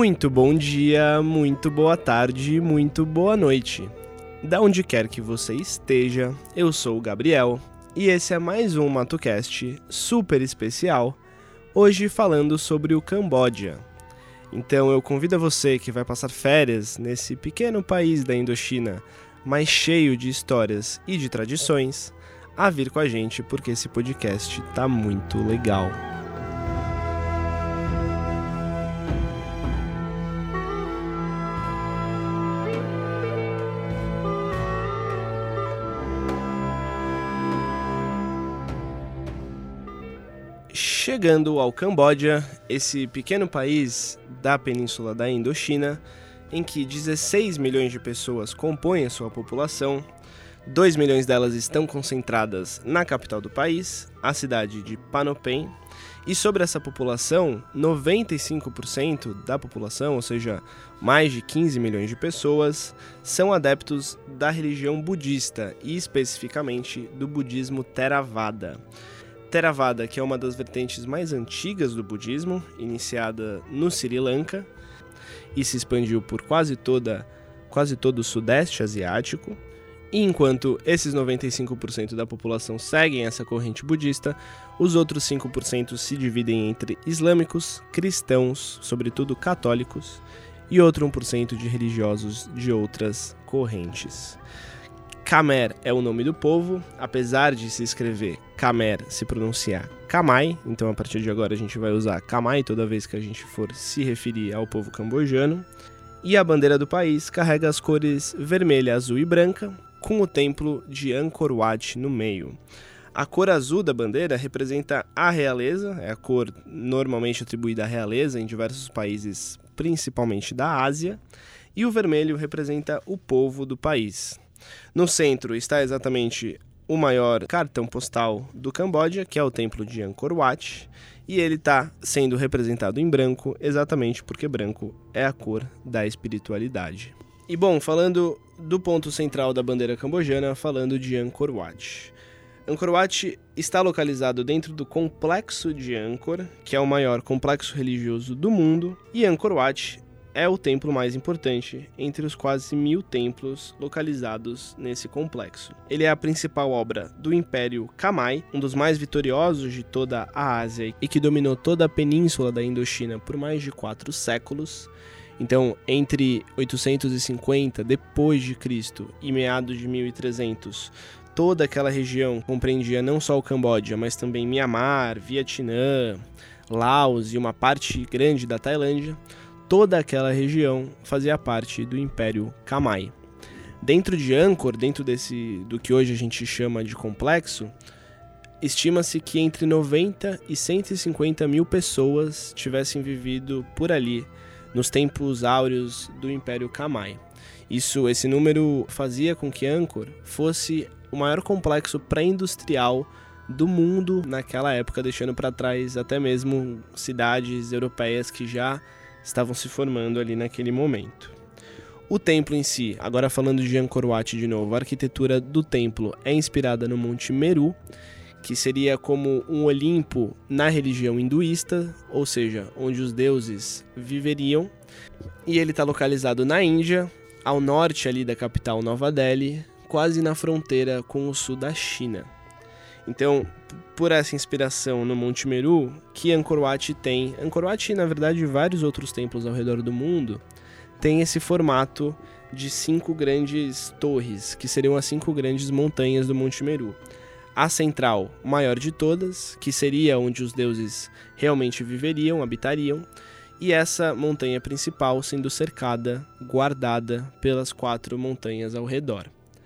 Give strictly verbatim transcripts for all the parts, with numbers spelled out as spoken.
Muito bom dia, muito boa tarde, muito boa noite. Da onde quer que você esteja, eu sou o Gabriel e esse é mais um MatoCast super especial, hoje falando sobre o Camboja. Então eu convido a você que vai passar férias nesse pequeno país da Indochina, mas cheio de histórias e de tradições, a vir com a gente porque esse podcast tá muito legal. Chegando ao Camboja, esse pequeno país da península da Indochina, em que dezesseis milhões de pessoas compõem a sua população, dois milhões delas estão concentradas na capital do país, a cidade de Phnom Penh, e sobre essa população, noventa e cinco por cento da população, ou seja, mais de quinze milhões de pessoas, são adeptos da religião budista e especificamente do budismo Theravada. Theravada, que é uma das vertentes mais antigas do budismo, iniciada no Sri Lanka e se expandiu por quase, toda, quase todo o sudeste asiático. E enquanto esses noventa e cinco por cento da população seguem essa corrente budista, os outros cinco por cento se dividem entre islâmicos, cristãos, sobretudo católicos, e outro um por cento de religiosos de outras correntes. Khmer é o nome do povo, apesar de se escrever Khmer, se pronunciar Kamai, então a partir de agora a gente vai usar Kamai toda vez que a gente for se referir ao povo cambojano. E a bandeira do país carrega as cores vermelha, azul e branca, com o templo de Angkor Wat no meio. A cor azul da bandeira representa a realeza, é a cor normalmente atribuída à realeza em diversos países, principalmente da Ásia, e o vermelho representa o povo do país. No centro está exatamente o maior cartão postal do Camboja, que é o templo de Angkor Wat, e ele está sendo representado em branco exatamente porque branco é a cor da espiritualidade. E bom, falando do ponto central da bandeira cambojana, falando de Angkor Wat. Angkor Wat está localizado dentro do complexo de Angkor, que é o maior complexo religioso do mundo, e Angkor Wat é o templo mais importante entre os quase mil templos localizados nesse complexo. Ele é a principal obra do Império Kamai, um dos mais vitoriosos de toda a Ásia e que dominou toda a península da Indochina por mais de quatro séculos. Então, entre oitocentos e cinquenta depois de Cristo e meados de mil e trezentos, toda aquela região compreendia não só o Camboja, mas também Mianmar, Vietnã, Laos e uma parte grande da Tailândia. Toda aquela região fazia parte do Império Kamai. Dentro de Angkor, dentro desse, do que hoje a gente chama de complexo, estima-se que entre noventa e cento e cinquenta mil pessoas tivessem vivido por ali, nos tempos áureos do Império Kamai. Isso, esse número fazia com que Angkor fosse o maior complexo pré-industrial do mundo naquela época, deixando para trás até mesmo cidades europeias que já estavam se formando ali naquele momento. O templo em si, agora falando de Angkor Wat de novo, a arquitetura do templo é inspirada no Monte Meru, que seria como um Olimpo na religião hinduísta, ou seja, onde os deuses viveriam, e ele está localizado na Índia, ao norte ali da capital Nova Delhi, quase na fronteira com o sul da China. Então, por essa inspiração no Monte Meru, que Angkor Wat tem, Angkor Wat e na verdade vários outros templos ao redor do mundo, tem esse formato de cinco grandes torres, que seriam as cinco grandes montanhas do Monte Meru. A central, maior de todas, que seria onde os deuses realmente viveriam, habitariam, e essa montanha principal sendo cercada, guardada pelas quatro montanhas ao redor.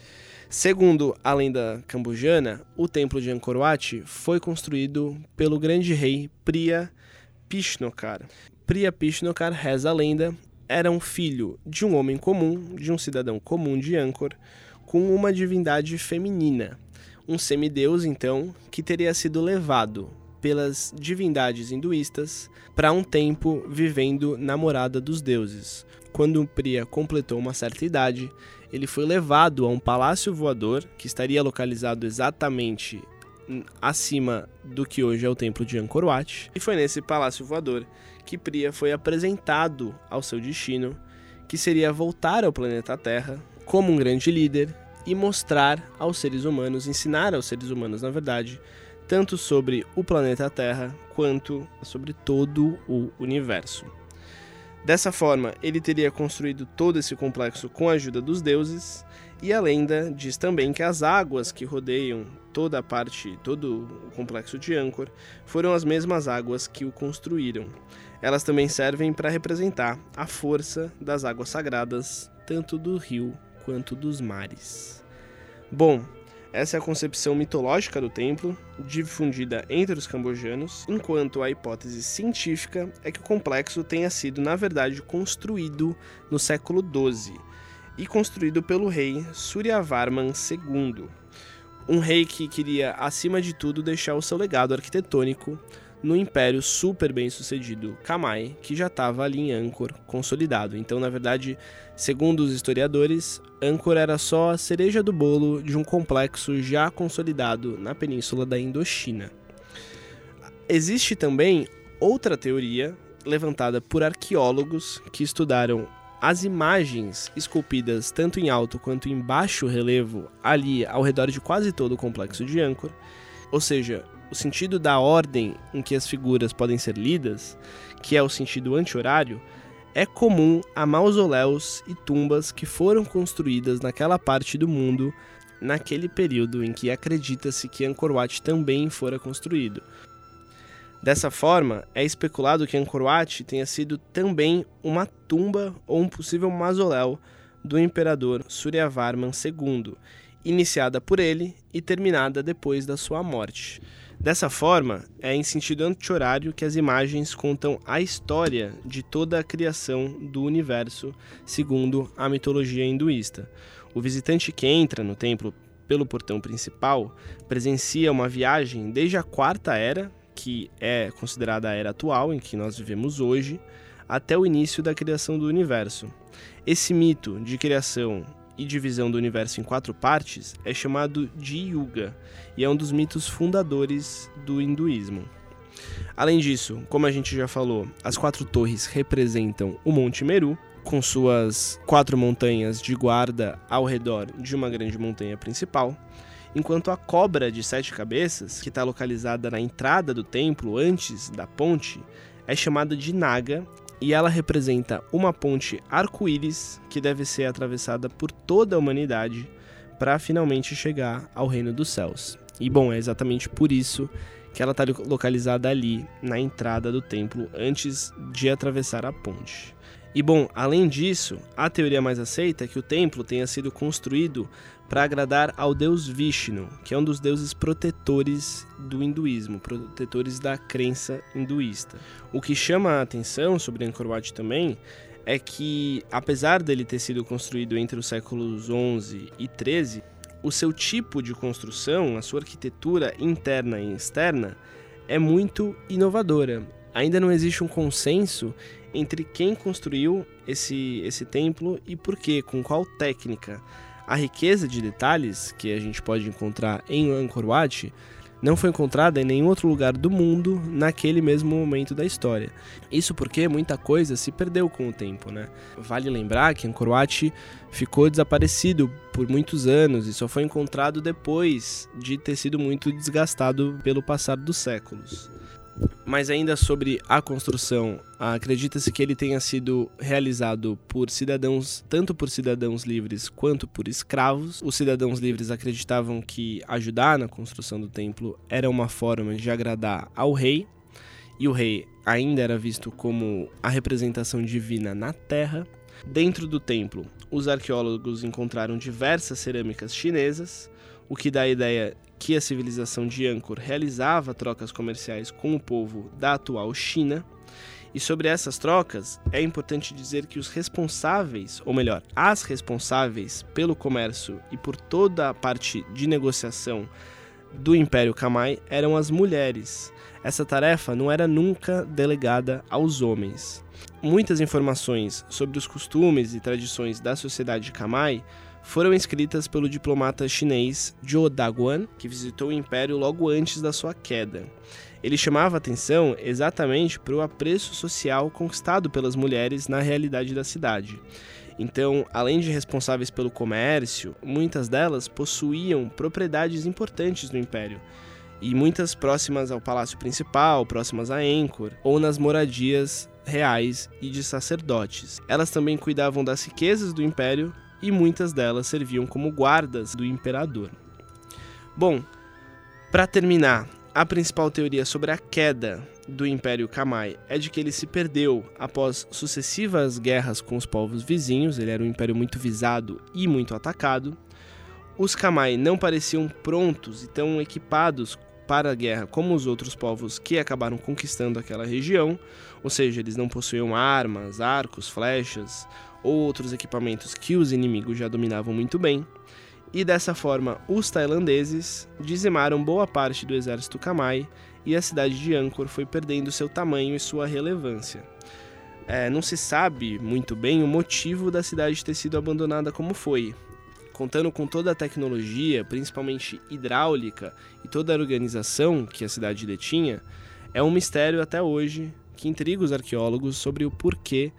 Segundo a lenda cambojana, o templo de Angkor Wat foi construído pelo grande rei Priya Pishnokar. Priya Pishnokar, reza a lenda, era um filho de um homem comum, de um cidadão comum de Angkor, com uma divindade feminina. Um semideus, então, que teria sido levado pelas divindades hinduístas para um tempo vivendo na morada dos deuses. Quando Priya completou uma certa idade, ele foi levado a um palácio voador que estaria localizado exatamente acima do que hoje é o templo de Angkor Wat. E foi nesse palácio voador que Priya foi apresentado ao seu destino, que seria voltar ao planeta Terra como um grande líder e mostrar aos seres humanos, ensinar aos seres humanos, na verdade, tanto sobre o planeta Terra quanto sobre todo o universo. Dessa forma, ele teria construído todo esse complexo com a ajuda dos deuses, e a lenda diz também que as águas que rodeiam toda a parte, todo o complexo de Angkor, foram as mesmas águas que o construíram. Elas também servem para representar a força das águas sagradas, tanto do rio quanto dos mares. Bom, essa é a concepção mitológica do templo, difundida entre os cambojanos, enquanto a hipótese científica é que o complexo tenha sido, na verdade, construído no século doze, e construído pelo rei Suryavarman segundo, um rei que queria, acima de tudo, deixar o seu legado arquitetônico no império super bem sucedido Kamai, que já estava ali em Angkor consolidado. Então, na verdade, segundo os historiadores, Angkor era só a cereja do bolo de um complexo já consolidado na península da Indochina. Existe também outra teoria levantada por arqueólogos que estudaram as imagens esculpidas tanto em alto quanto em baixo relevo ali ao redor de quase todo o complexo de Angkor, ou seja, o sentido da ordem em que as figuras podem ser lidas, que é o sentido anti-horário, é comum a mausoléus e tumbas que foram construídas naquela parte do mundo naquele período em que acredita-se que Angkor Wat também fora construído. Dessa forma, é especulado que Angkor Wat tenha sido também uma tumba ou um possível mausoléu do imperador Suryavarman segundo, iniciada por ele e terminada depois da sua morte. Dessa forma, é em sentido anti-horário que as imagens contam a história de toda a criação do universo, segundo a mitologia hinduísta. O visitante que entra no templo pelo portão principal presencia uma viagem desde a Quarta Era, que é considerada a era atual em que nós vivemos hoje, até o início da criação do universo. Esse mito de criação e divisão do universo em quatro partes é chamado de Yuga e é um dos mitos fundadores do hinduísmo. Além disso, como a gente já falou, as quatro torres representam o Monte Meru, com suas quatro montanhas de guarda ao redor de uma grande montanha principal, enquanto a cobra de sete cabeças, que está localizada na entrada do templo antes da ponte, é chamada de Naga, e ela representa uma ponte arco-íris que deve ser atravessada por toda a humanidade para finalmente chegar ao reino dos céus. E bom, é exatamente por isso que ela está localizada ali na entrada do templo antes de atravessar a ponte. E bom, além disso, a teoria mais aceita é que o templo tenha sido construído para agradar ao deus Vishnu, que é um dos deuses protetores do hinduísmo, protetores da crença hinduísta. O que chama a atenção sobre Angkor Wat também é que, apesar dele ter sido construído entre os séculos onze e treze, o seu tipo de construção, a sua arquitetura interna e externa, é muito inovadora. Ainda não existe um consenso entre quem construiu esse, esse templo e por quê, com qual técnica. A riqueza de detalhes que a gente pode encontrar em Angkor Wat não foi encontrada em nenhum outro lugar do mundo naquele mesmo momento da história. Isso porque muita coisa se perdeu com o tempo, né? Vale lembrar que Angkor Wat ficou desaparecido por muitos anos e só foi encontrado depois de ter sido muito desgastado pelo passar dos séculos. Mas ainda sobre a construção, acredita-se que ele tenha sido realizado por cidadãos, tanto por cidadãos livres quanto por escravos. Os cidadãos livres acreditavam que ajudar na construção do templo era uma forma de agradar ao rei, e o rei ainda era visto como a representação divina na terra. Dentro do templo, os arqueólogos encontraram diversas cerâmicas chinesas, o que dá a ideia que a civilização de Angkor realizava trocas comerciais com o povo da atual China. E sobre essas trocas, é importante dizer que os responsáveis, ou melhor, as responsáveis pelo comércio e por toda a parte de negociação do Império Khmer eram as mulheres. Essa tarefa não era nunca delegada aos homens. Muitas informações sobre os costumes e tradições da sociedade Khmer foram escritas pelo diplomata chinês Zhou Daguan, que visitou o império logo antes da sua queda. Ele chamava atenção exatamente para o apreço social conquistado pelas mulheres na realidade da cidade. Então, além de responsáveis pelo comércio, muitas delas possuíam propriedades importantes no império, e muitas próximas ao palácio principal, próximas a Angkor, ou nas moradias reais e de sacerdotes. Elas também cuidavam das riquezas do império e muitas delas serviam como guardas do imperador. Bom, para terminar, a principal teoria sobre a queda do Império Khmer é de que ele se perdeu após sucessivas guerras com os povos vizinhos. Ele era um império muito visado e muito atacado. Os Khmer não pareciam prontos e tão equipados para a guerra como os outros povos que acabaram conquistando aquela região, ou seja, eles não possuíam armas, arcos, flechas ou outros equipamentos que os inimigos já dominavam muito bem, e dessa forma os tailandeses dizimaram boa parte do exército Khmer e a cidade de Angkor foi perdendo seu tamanho e sua relevância. É, não se sabe muito bem o motivo da cidade ter sido abandonada como foi. Contando com toda a tecnologia, principalmente hidráulica, e toda a organização que a cidade detinha, é um mistério até hoje que intriga os arqueólogos sobre o porquê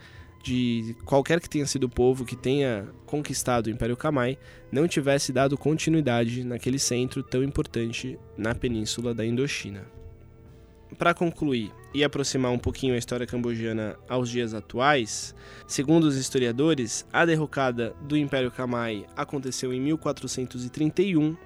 de qualquer que tenha sido o povo que tenha conquistado o Império Khmer não tivesse dado continuidade naquele centro tão importante na península da Indochina. Para concluir e aproximar um pouquinho a história cambodjana aos dias atuais, segundo os historiadores, a derrocada do Império Khmer aconteceu em mil quatrocentos e trinta e um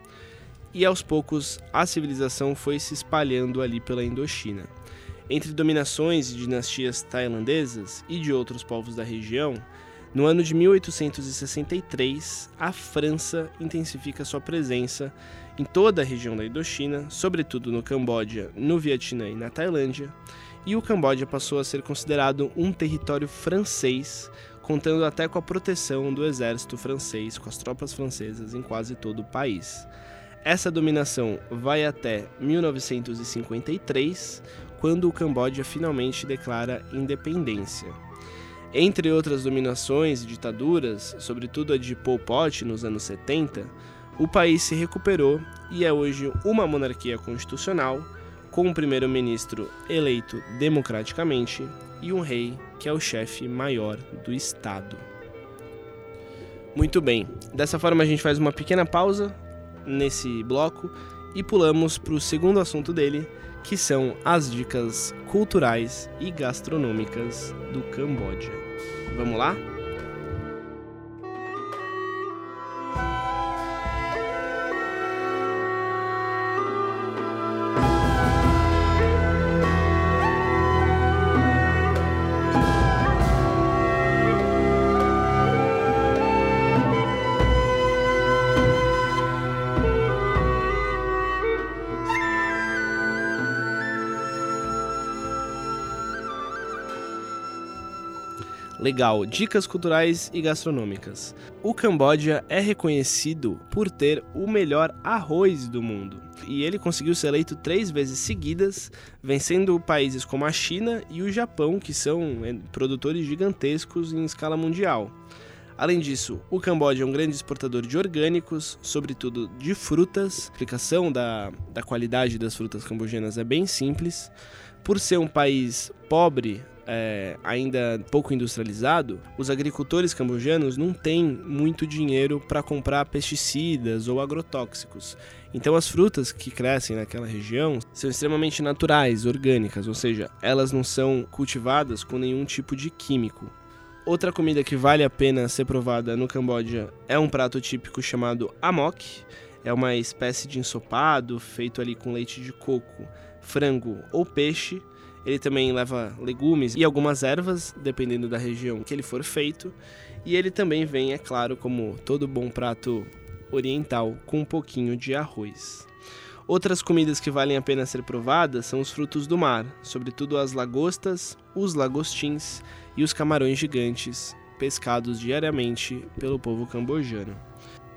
e aos poucos a civilização foi se espalhando ali pela Indochina. Entre dominações e dinastias tailandesas e de outros povos da região, no ano de mil oitocentos e sessenta e três, a França intensifica sua presença em toda a região da Indochina, sobretudo no Camboja, no Vietnã e na Tailândia, e o Camboja passou a ser considerado um território francês, contando até com a proteção do exército francês, com as tropas francesas em quase todo o país. Essa dominação vai até mil novecentos e cinquenta e três, quando o Camboja finalmente declara independência. Entre outras dominações e ditaduras, sobretudo a de Pol Pot nos anos setenta, o país se recuperou e é hoje uma monarquia constitucional, com um primeiro-ministro eleito democraticamente e um rei que é o chefe maior do Estado. Muito bem, dessa forma a gente faz uma pequena pausa nesse bloco e pulamos para o segundo assunto dele, que são as dicas culturais e gastronômicas do Camboja. Vamos lá? Legal, dicas culturais e gastronômicas. O Camboja é reconhecido por ter o melhor arroz do mundo. E ele conseguiu ser eleito três vezes seguidas, vencendo países como a China e o Japão, que são produtores gigantescos em escala mundial. Além disso, o Camboja é um grande exportador de orgânicos, sobretudo de frutas. A explicação da, da qualidade das frutas cambojanas é bem simples. Por ser um país pobre, É, ainda pouco industrializado, os agricultores cambojanos não têm muito dinheiro para comprar pesticidas ou agrotóxicos. Então as frutas que crescem naquela região são extremamente naturais, orgânicas, ou seja, elas não são cultivadas com nenhum tipo de químico. Outra comida que vale a pena ser provada no Camboja é um prato típico chamado amok. É uma espécie de ensopado feito ali com leite de coco, frango ou peixe. Ele também leva legumes e algumas ervas, dependendo da região que ele for feito. E ele também vem, é claro, como todo bom prato oriental, com um pouquinho de arroz. Outras comidas que valem a pena ser provadas são os frutos do mar, sobretudo as lagostas, os lagostins e os camarões gigantes, pescados diariamente pelo povo cambojano.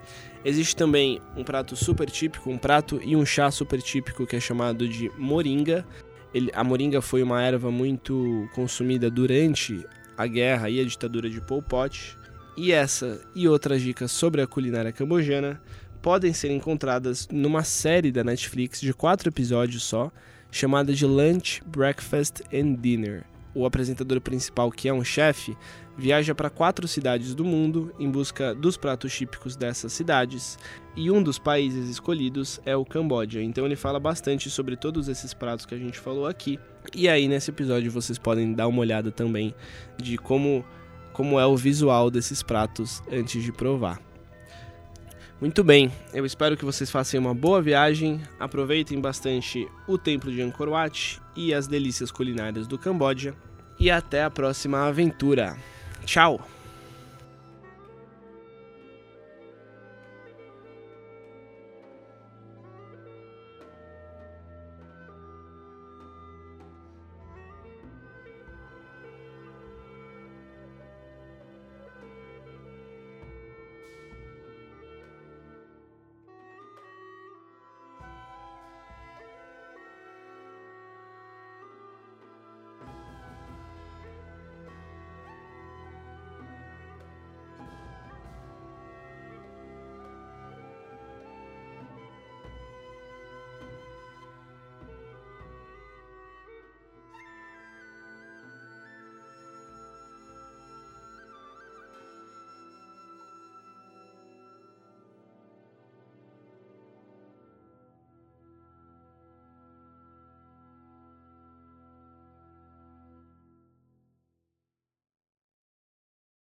Existe também um prato super típico, um prato e um chá super típico que é chamado de moringa. Ele, a moringa foi uma erva muito consumida durante a guerra e a ditadura de Pol Pot. E essa e outras dicas sobre a culinária cambojana podem ser encontradas numa série da Netflix de quatro episódios só, chamada de Lunch, Breakfast and Dinner. O apresentador principal, que é um chefe, viaja para quatro cidades do mundo em busca dos pratos típicos dessas cidades, e um dos países escolhidos é o Camboja. Então ele fala bastante sobre todos esses pratos que a gente falou aqui, e aí nesse episódio vocês podem dar uma olhada também de como, como é o visual desses pratos antes de provar. Muito bem, eu espero que vocês façam uma boa viagem, aproveitem bastante o templo de Angkor Wat e as delícias culinárias do Camboja, e até a próxima aventura. Tchau!